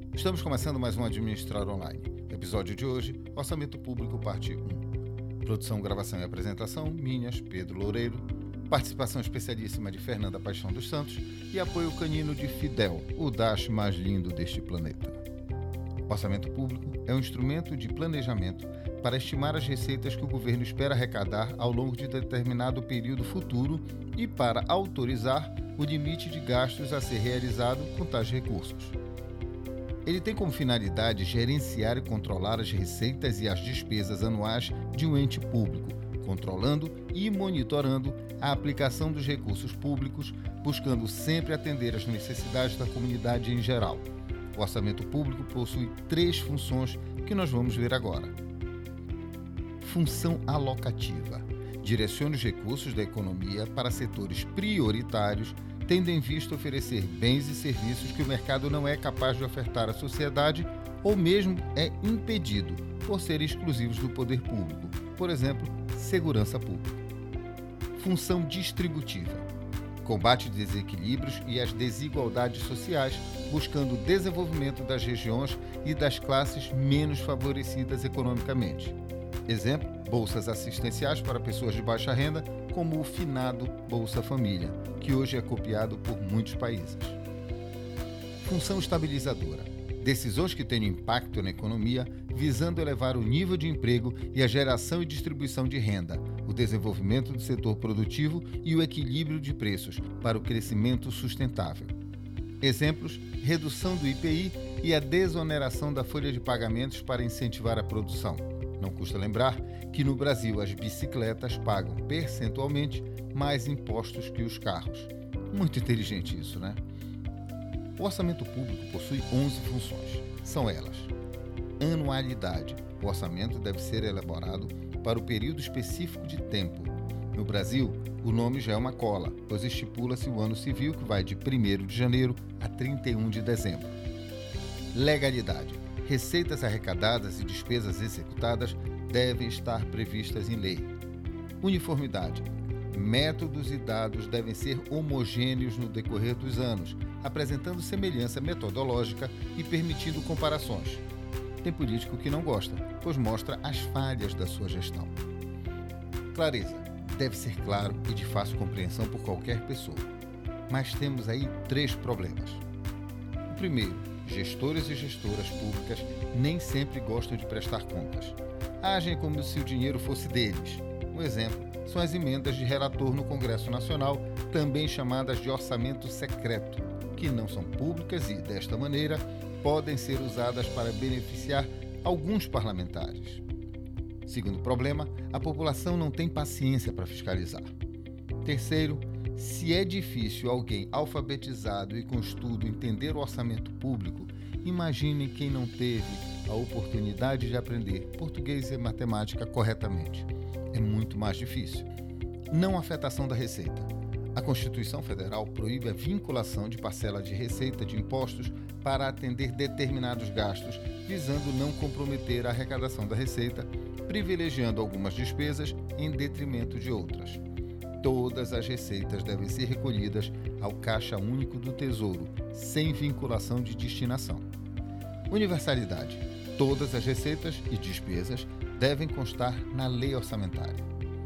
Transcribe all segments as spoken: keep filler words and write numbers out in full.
Estamos começando mais um Administrar Online. Episódio de hoje, Orçamento Público, parte um. Produção, gravação e apresentação, Minhas, Pedro Loureiro. Participação especialíssima de Fernanda Paixão dos Santos e apoio canino de Fidel, o Dash mais lindo deste planeta. Orçamento Público é um instrumento de planejamento para estimar as receitas que o governo espera arrecadar ao longo de determinado período futuro e para autorizar o limite de gastos a ser realizado com tais recursos. Ele tem como finalidade gerenciar e controlar as receitas e as despesas anuais de um ente público, controlando e monitorando a aplicação dos recursos públicos, buscando sempre atender às necessidades da comunidade em geral. O orçamento público possui três funções que nós vamos ver agora. Função alocativa. Direciona os recursos da economia para setores prioritários, tendo em vista oferecer bens e serviços que o mercado não é capaz de ofertar à sociedade ou mesmo é impedido por serem exclusivos do poder público, por exemplo, segurança pública. Função distributiva. Combate desequilíbrios e as desigualdades sociais, buscando o desenvolvimento das regiões e das classes menos favorecidas economicamente. Exemplo, bolsas assistenciais para pessoas de baixa renda, como o finado Bolsa Família, que hoje é copiado por muitos países. Função estabilizadora. Decisões que tenham impacto na economia, visando elevar o nível de emprego e a geração e distribuição de renda, o desenvolvimento do setor produtivo e o equilíbrio de preços para o crescimento sustentável. Exemplos: redução do I P I e a desoneração da folha de pagamentos para incentivar a produção. Não custa lembrar que no Brasil as bicicletas pagam percentualmente mais impostos que os carros. Muito inteligente isso, né? O orçamento público possui onze funções. São elas: anualidade. O orçamento deve ser elaborado para o período específico de tempo. No Brasil, o nome já é uma cola, pois estipula-se o ano civil, que vai de primeiro de janeiro a trinta e um de dezembro. Legalidade. Receitas arrecadadas e despesas executadas devem estar previstas em lei. Uniformidade. Métodos e dados devem ser homogêneos no decorrer dos anos, apresentando semelhança metodológica e permitindo comparações. Tem político que não gosta, pois mostra as falhas da sua gestão. Clareza. Deve ser claro e de fácil compreensão por qualquer pessoa. Mas temos aí três problemas. O primeiro, gestores e gestoras públicas nem sempre gostam de prestar contas. Agem como se o dinheiro fosse deles. Um exemplo são as emendas de relator no Congresso Nacional, também chamadas de orçamento secreto, que não são públicas e, desta maneira, podem ser usadas para beneficiar alguns parlamentares. Segundo problema, a população não tem paciência para fiscalizar. Terceiro, se é difícil alguém alfabetizado e com estudo entender o orçamento público, imagine quem não teve a oportunidade de aprender português e matemática corretamente. É muito mais difícil. Não afetação da receita. A Constituição Federal proíbe a vinculação de parcela de receita de impostos para atender determinados gastos, visando não comprometer a arrecadação da receita, privilegiando algumas despesas em detrimento de outras. Todas as receitas devem ser recolhidas ao Caixa Único do Tesouro, sem vinculação de destinação. Universalidade. Todas as receitas e despesas devem constar na lei orçamentária.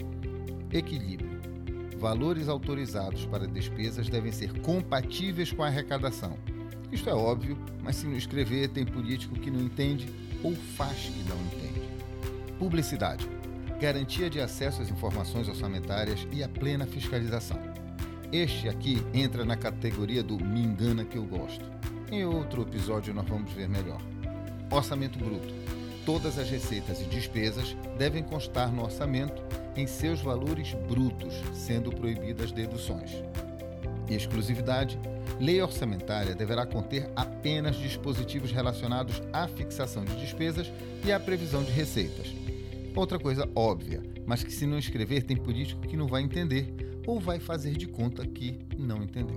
Equilíbrio. Valores autorizados para despesas devem ser compatíveis com a arrecadação. Isto é óbvio, mas se não escrever, tem político que não entende ou faz que não entende. Publicidade. Garantia de acesso às informações orçamentárias e a plena fiscalização. Este aqui entra na categoria do me engana que eu gosto. Em outro episódio nós vamos ver melhor. Orçamento bruto. Todas as receitas e despesas devem constar no orçamento em seus valores brutos, sendo proibidas deduções. Exclusividade. Lei orçamentária deverá conter apenas dispositivos relacionados à fixação de despesas e à previsão de receitas. Outra coisa óbvia, mas que se não escrever tem político que não vai entender ou vai fazer de conta que não entendeu.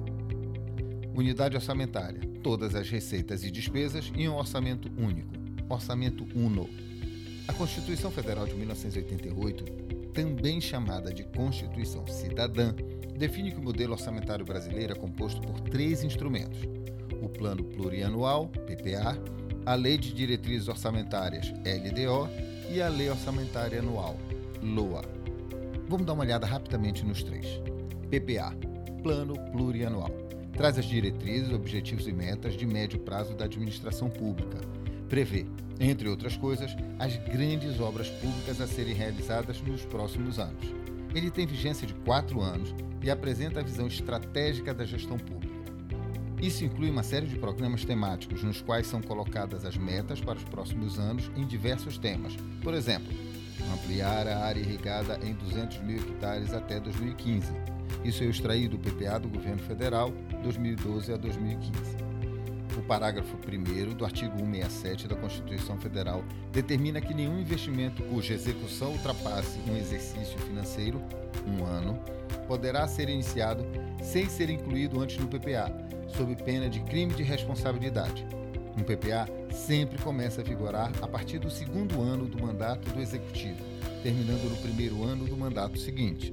Unidade orçamentária. Todas as receitas e despesas em um orçamento único. Orçamento Uno. A Constituição Federal de mil novecentos e oitenta e oito, também chamada de Constituição Cidadã, define que o modelo orçamentário brasileiro é composto por três instrumentos: o Plano Plurianual, P P A, a Lei de Diretrizes Orçamentárias, L D O, e a Lei Orçamentária Anual, L O A. Vamos dar uma olhada rapidamente nos três. P P A, Plano Plurianual, traz as diretrizes, objetivos e metas de médio prazo da administração pública. Prevê, entre outras coisas, as grandes obras públicas a serem realizadas nos próximos anos. Ele tem vigência de quatro anos e apresenta a visão estratégica da gestão pública. Isso inclui uma série de programas temáticos nos quais são colocadas as metas para os próximos anos em diversos temas. Por exemplo, ampliar a área irrigada em duzentos mil hectares até dois mil e quinze. Isso é extraído do P P A do Governo Federal, dois mil e doze a dois mil e quinze. O parágrafo primeiro do artigo cento e sessenta e sete da Constituição Federal determina que nenhum investimento cuja execução ultrapasse um exercício financeiro, um ano, poderá ser iniciado sem ser incluído antes no P P A, sob pena de crime de responsabilidade. Um P P A sempre começa a vigorar a partir do segundo ano do mandato do Executivo, terminando no primeiro ano do mandato seguinte.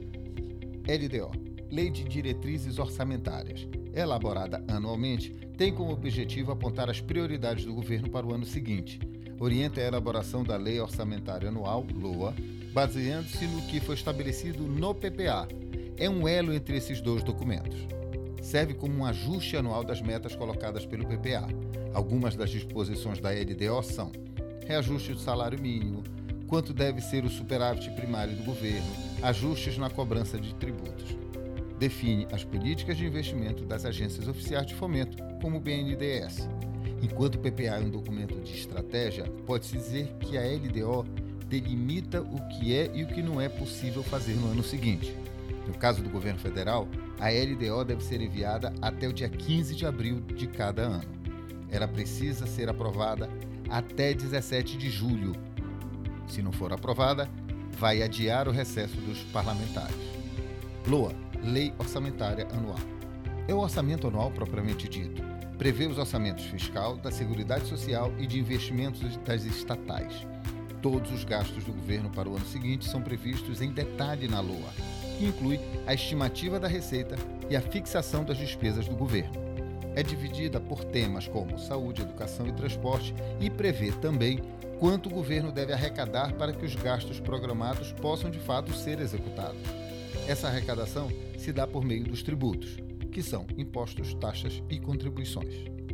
L D O, Lei de Diretrizes Orçamentárias, elaborada anualmente, tem como objetivo apontar as prioridades do governo para o ano seguinte. Orienta a elaboração da Lei Orçamentária Anual, L O A, baseando-se no que foi estabelecido no P P A. É um elo entre esses dois documentos. Serve como um ajuste anual das metas colocadas pelo P P A. Algumas das disposições da L D O são: reajuste do salário mínimo, quanto deve ser o superávit primário do governo, ajustes na cobrança de tributos. Define as políticas de investimento das agências oficiais de fomento, como o B N D E S. Enquanto o P P A é um documento de estratégia, pode-se dizer que a L D O delimita o que é e o que não é possível fazer no ano seguinte. No caso do governo federal, a L D O deve ser enviada até o dia quinze de abril de cada ano. Ela precisa ser aprovada até dezessete de julho. Se não for aprovada, vai adiar o recesso dos parlamentares. L O A, Lei Orçamentária Anual. É o orçamento anual propriamente dito. Prevê os orçamentos fiscal, da Seguridade Social e de investimentos das estatais. Todos os gastos do governo para o ano seguinte são previstos em detalhe na L O A, que inclui a estimativa da receita e a fixação das despesas do governo. É dividida por temas como saúde, educação e transporte e prevê também quanto o governo deve arrecadar para que os gastos programados possam de fato ser executados. Essa arrecadação se dá por meio dos tributos, que são impostos, taxas e contribuições.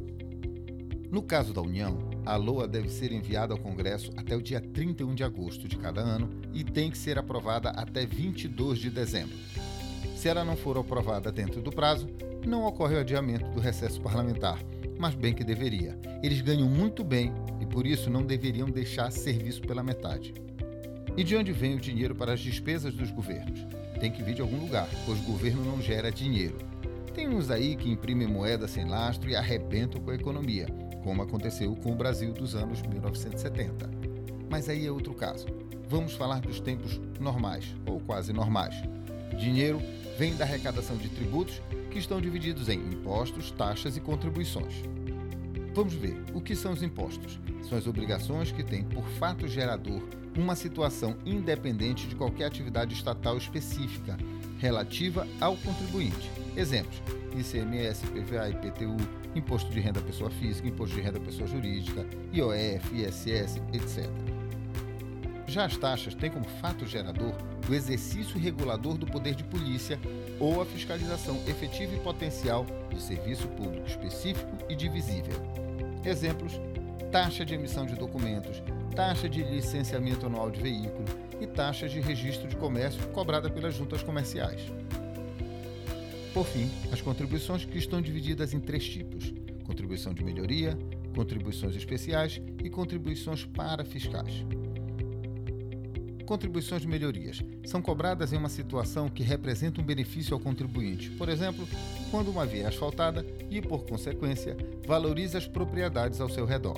No caso da União, a L O A deve ser enviada ao Congresso até o dia trinta e um de agosto de cada ano e tem que ser aprovada até vinte e dois de dezembro. Se ela não for aprovada dentro do prazo, não ocorre o adiamento do recesso parlamentar, mas bem que deveria. Eles ganham muito bem e por isso não deveriam deixar serviço pela metade. E de onde vem o dinheiro para as despesas dos governos? Tem que vir de algum lugar, pois o governo não gera dinheiro. Tem uns aí que imprimem moeda sem lastro e arrebentam com a economia, como aconteceu com o Brasil dos anos mil novecentos e setenta. Mas aí é outro caso. Vamos falar dos tempos normais, ou quase normais. Dinheiro vem da arrecadação de tributos, que estão divididos em impostos, taxas e contribuições. Vamos ver o que são os impostos. São as obrigações que têm por fato gerador uma situação independente de qualquer atividade estatal específica relativa ao contribuinte. Exemplos: I C M S, I P V A, I P T U, Imposto de Renda à Pessoa Física, Imposto de Renda à Pessoa Jurídica, I O F, I S S, etcétera. Já as taxas têm como fato gerador o exercício regulador do poder de polícia ou a fiscalização efetiva e potencial de serviço público específico e divisível. Exemplos: taxa de emissão de documentos, taxa de licenciamento anual de veículo e taxa de registro de comércio cobrada pelas juntas comerciais. Por fim, as contribuições, que estão divididas em três tipos: contribuição de melhoria, contribuições especiais e contribuições parafiscais. Contribuições de melhorias são cobradas em uma situação que representa um benefício ao contribuinte, por exemplo, quando uma via é asfaltada e, por consequência, valoriza as propriedades ao seu redor.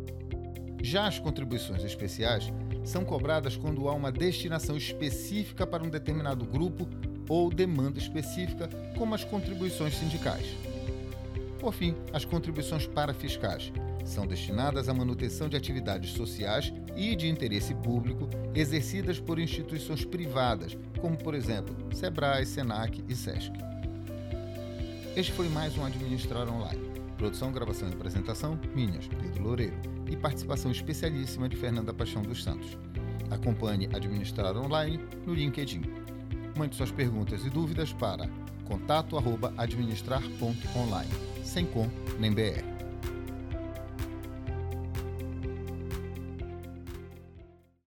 Já as contribuições especiais são cobradas quando há uma destinação específica para um determinado grupo ou demanda específica, como as contribuições sindicais. Por fim, as contribuições parafiscais são destinadas à manutenção de atividades sociais e de interesse público exercidas por instituições privadas, como, por exemplo, Sebrae, Senac e Sesc. Este foi mais um Administrar Online, Produção, gravação e apresentação, minhas, Pedro Loureiro, e participação especialíssima de Fernanda Paixão dos Santos. Acompanhe Administrar Online no LinkedIn. Mande suas perguntas e dúvidas para contato arroba administrar ponto online, sem com nem br.